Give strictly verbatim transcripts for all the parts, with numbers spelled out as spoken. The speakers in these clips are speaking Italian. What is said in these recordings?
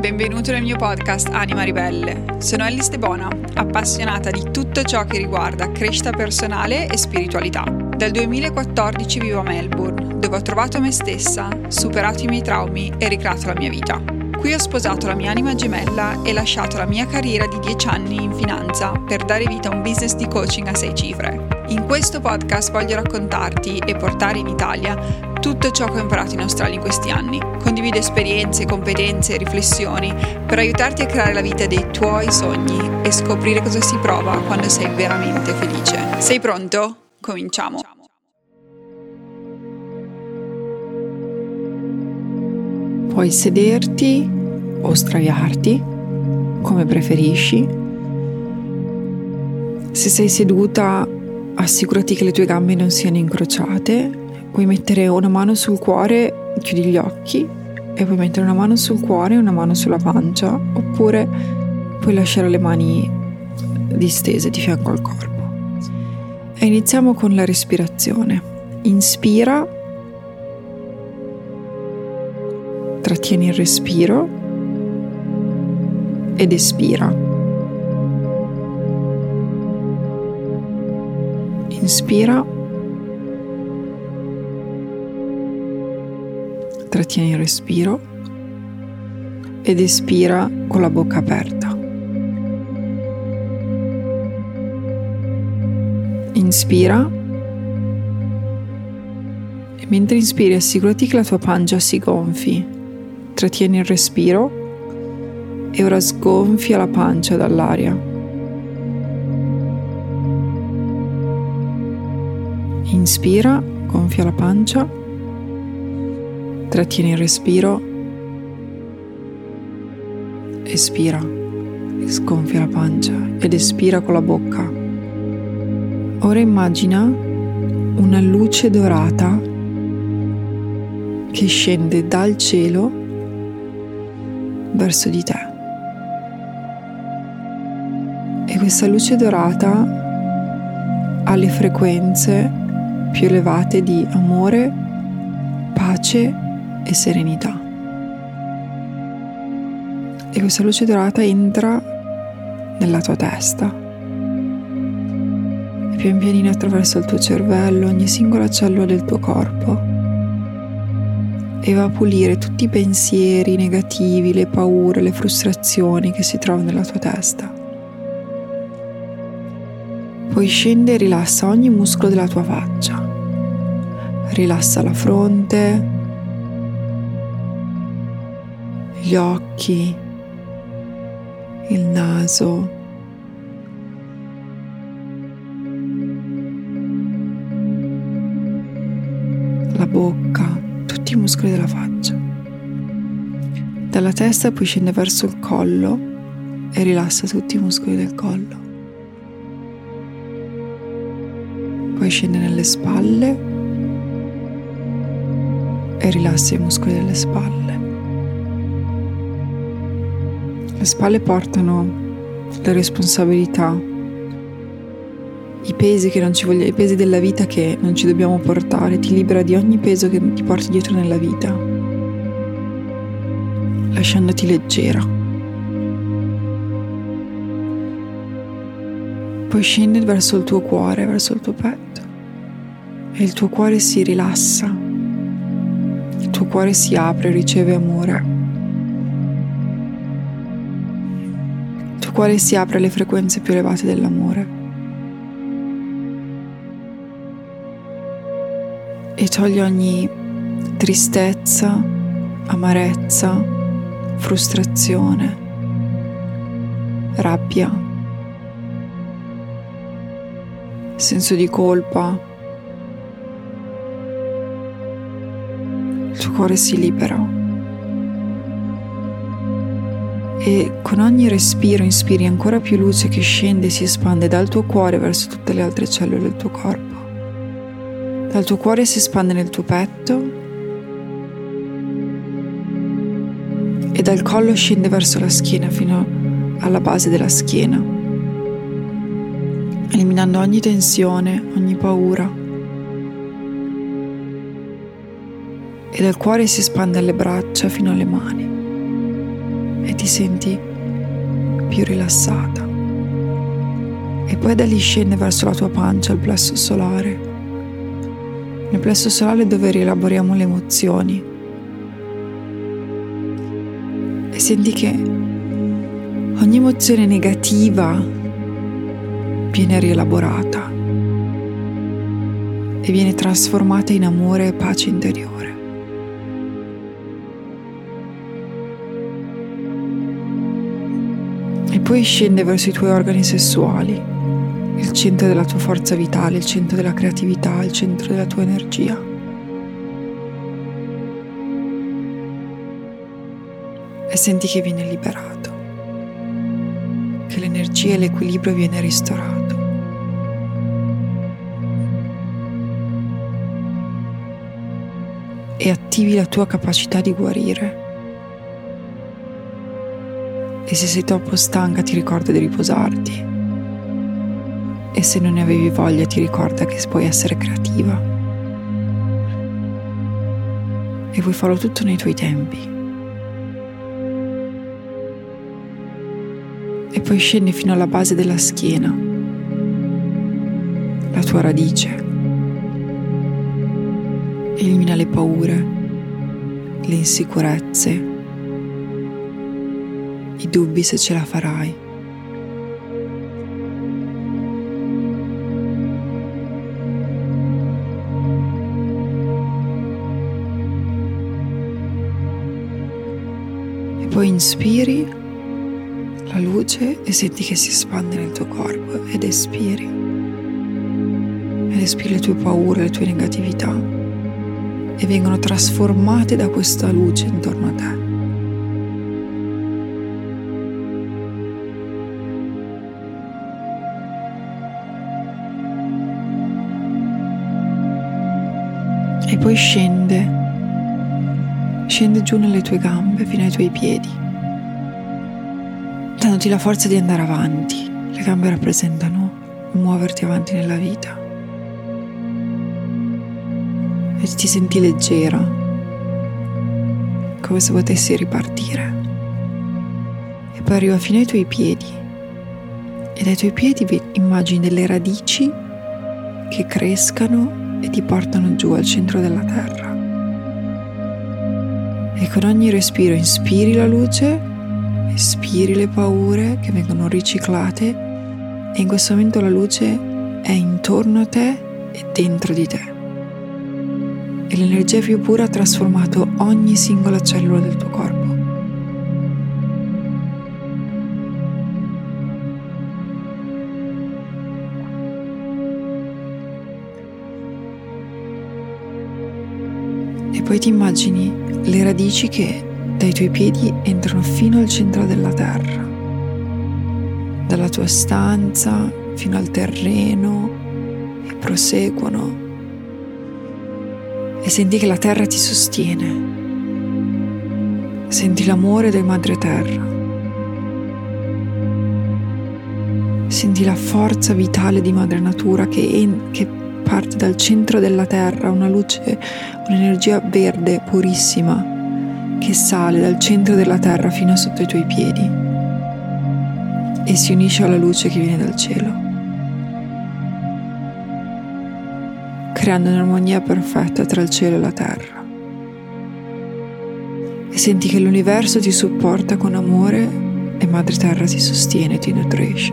benvenuto nel mio podcast Anima Ribelle. Sono Ellis De Bona, appassionata di tutto ciò che riguarda crescita personale e spiritualità. Dal duemilaquattordici vivo a Melbourne, dove ho trovato me stessa, superato i miei traumi e ricreato la mia vita. Qui ho sposato la mia anima gemella e lasciato la mia carriera di dieci anni in finanza per dare vita a un business di coaching a sei cifre. In questo podcast voglio raccontarti e portare in Italia tutto ciò che ho imparato in Australia in questi anni. Condivido esperienze, competenze e riflessioni per aiutarti a creare la vita dei tuoi sogni e scoprire cosa si prova quando sei veramente felice. Sei pronto? Cominciamo! Puoi sederti o sdraiarti, come preferisci. Se sei seduta, assicurati che le tue gambe non siano incrociate. Puoi mettere una mano sul cuore, chiudi gli occhi e puoi mettere una mano sul cuore e una mano sulla pancia, oppure puoi lasciare le mani distese di fianco al corpo. E iniziamo con la respirazione. Inspira, trattieni il respiro ed espira. Inspira, trattieni il respiro ed espira con la bocca aperta. Inspira e mentre inspiri assicurati che la tua pancia si gonfi. Trattieni il respiro e ora sgonfia la pancia dall'aria. Inspira, gonfia la pancia, trattieni il respiro, espira, sgonfia la pancia ed espira con la bocca. Ora immagina una luce dorata che scende dal cielo verso di te. E questa luce dorata ha le frequenze più elevate di amore, pace e serenità. E questa luce dorata entra nella tua testa e pian pianino attraverso il tuo cervello, ogni singola cellula del tuo corpo, e va a pulire tutti i pensieri negativi, le paure, le frustrazioni che si trovano nella tua testa. Poi scende e rilassa ogni muscolo della tua faccia. Rilassa la fronte, gli occhi, il naso, la bocca, tutti i muscoli della faccia. Dalla testa poi scende verso il collo e rilassa tutti i muscoli del collo. Poi scende nelle spalle e rilassa i muscoli delle spalle. Le spalle portano le responsabilità, i pesi che non ci vogliono, i pesi della vita che non ci dobbiamo portare. Ti libera di ogni peso che ti porti dietro nella vita, lasciandoti leggera. Poi scende verso il tuo cuore, verso il tuo petto, e il tuo cuore si rilassa, il tuo cuore si apre e riceve amore. Il tuo cuore si apre alle frequenze più elevate dell'amore e toglie ogni tristezza, amarezza, frustrazione, rabbia, senso di colpa. Il tuo cuore si libera e con ogni respiro inspiri ancora più luce che scende e si espande dal tuo cuore verso tutte le altre cellule del tuo corpo. Dal tuo cuore si espande nel tuo petto e dal collo scende verso la schiena fino alla base della schiena, eliminando ogni tensione, ogni paura. E dal cuore si espande alle braccia fino alle mani e ti ti senti più rilassata. E poi da lì scende verso la tua pancia, il plesso solare. Nel plesso solare dove rielaboriamo le emozioni. E senti che ogni emozione negativa viene rielaborata e viene trasformata in amore e pace interiore. E poi scende verso i tuoi organi sessuali, il centro della tua forza vitale, il centro della creatività, il centro della tua energia. E senti che viene liberato, che l'energia e l'equilibrio viene ristorato. E attivi la tua capacità di guarire. E se sei troppo stanca ti ricorda di riposarti. E se non ne avevi voglia ti ricorda che puoi essere creativa. E puoi farlo tutto nei tuoi tempi. E poi scendi fino alla base della schiena, la tua radice. Elimina le paure, le insicurezze, i dubbi se ce la farai. E poi inspiri la luce e senti che si espande nel tuo corpo ed espiri. Ed espiri le tue paure, le tue negatività. E vengono trasformate da questa luce intorno a te. E poi scende, scende giù nelle tue gambe fino ai tuoi piedi, dandoti la forza di andare avanti. Le gambe rappresentano muoverti avanti nella vita. E ti senti leggera, come se potessi ripartire. E poi arriva fino ai tuoi piedi e dai tuoi piedi immagini delle radici che crescano e ti portano giù al centro della terra. E con ogni respiro inspiri la luce, espiri le paure che vengono riciclate e in questo momento la luce è intorno a te e dentro di te. E l'energia più pura ha trasformato ogni singola cellula del tuo corpo. E poi ti immagini le radici che dai tuoi piedi entrano fino al centro della terra, dalla tua stanza fino al terreno e proseguono. E senti che la terra ti sostiene. Senti l'amore del Madre Terra. Senti la forza vitale di Madre Natura che, en- che parte dal centro della terra, una luce, un'energia verde purissima che sale dal centro della terra fino sotto i tuoi piedi e si unisce alla luce che viene dal cielo, creando un'armonia perfetta tra il cielo e la terra. E senti che l'universo ti supporta con amore e Madre Terra ti sostiene e ti nutrisce.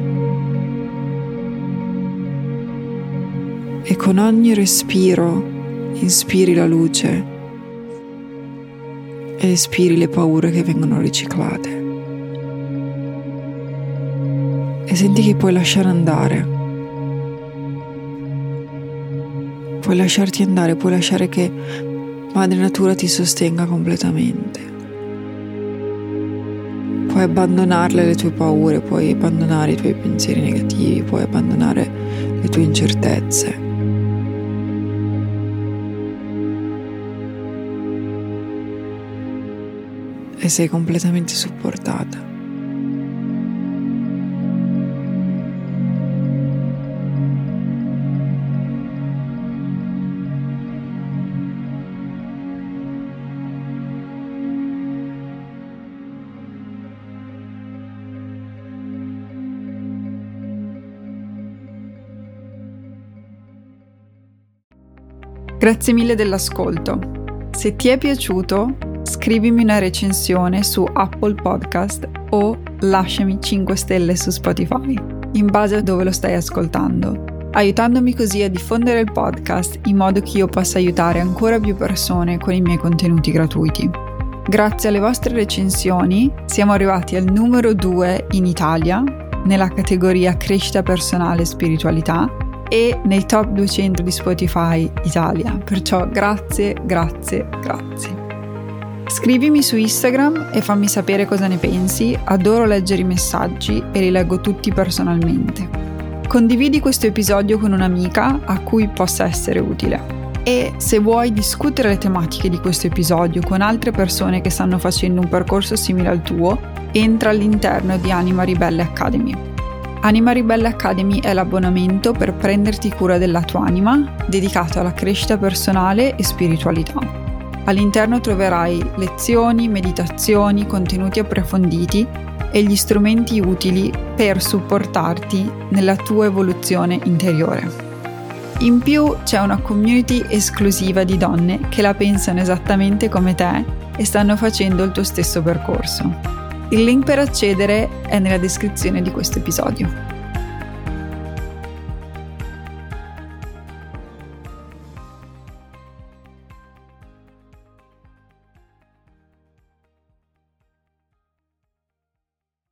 E con ogni respiro inspiri la luce e espiri le paure che vengono riciclate. E senti che puoi lasciare andare. Puoi lasciarti andare, puoi lasciare che Madre Natura ti sostenga completamente. Puoi abbandonarle le tue paure, puoi abbandonare i tuoi pensieri negativi, puoi abbandonare le tue incertezze. E sei completamente supportata. Grazie mille dell'ascolto. Se ti è piaciuto, scrivimi una recensione su Apple Podcast o lasciami cinque stelle su Spotify, in base a dove lo stai ascoltando, aiutandomi così a diffondere il podcast in modo che io possa aiutare ancora più persone con i miei contenuti gratuiti. Grazie alle vostre recensioni siamo arrivati al numero due in Italia nella categoria crescita personale e spiritualità e nei top duecento di Spotify Italia, perciò grazie, grazie, grazie. Scrivimi su Instagram e fammi sapere cosa ne pensi, adoro leggere i messaggi e li leggo tutti personalmente. Condividi questo episodio con un'amica a cui possa essere utile. E se vuoi discutere le tematiche di questo episodio con altre persone che stanno facendo un percorso simile al tuo, entra all'interno di Anima Ribelle Academy. Anima Ribelle Academy è l'abbonamento per prenderti cura della tua anima, dedicato alla crescita personale e spiritualità. All'interno troverai lezioni, meditazioni, contenuti approfonditi e gli strumenti utili per supportarti nella tua evoluzione interiore. In più c'è una community esclusiva di donne che la pensano esattamente come te e stanno facendo il tuo stesso percorso. Il link per accedere è nella descrizione di questo episodio.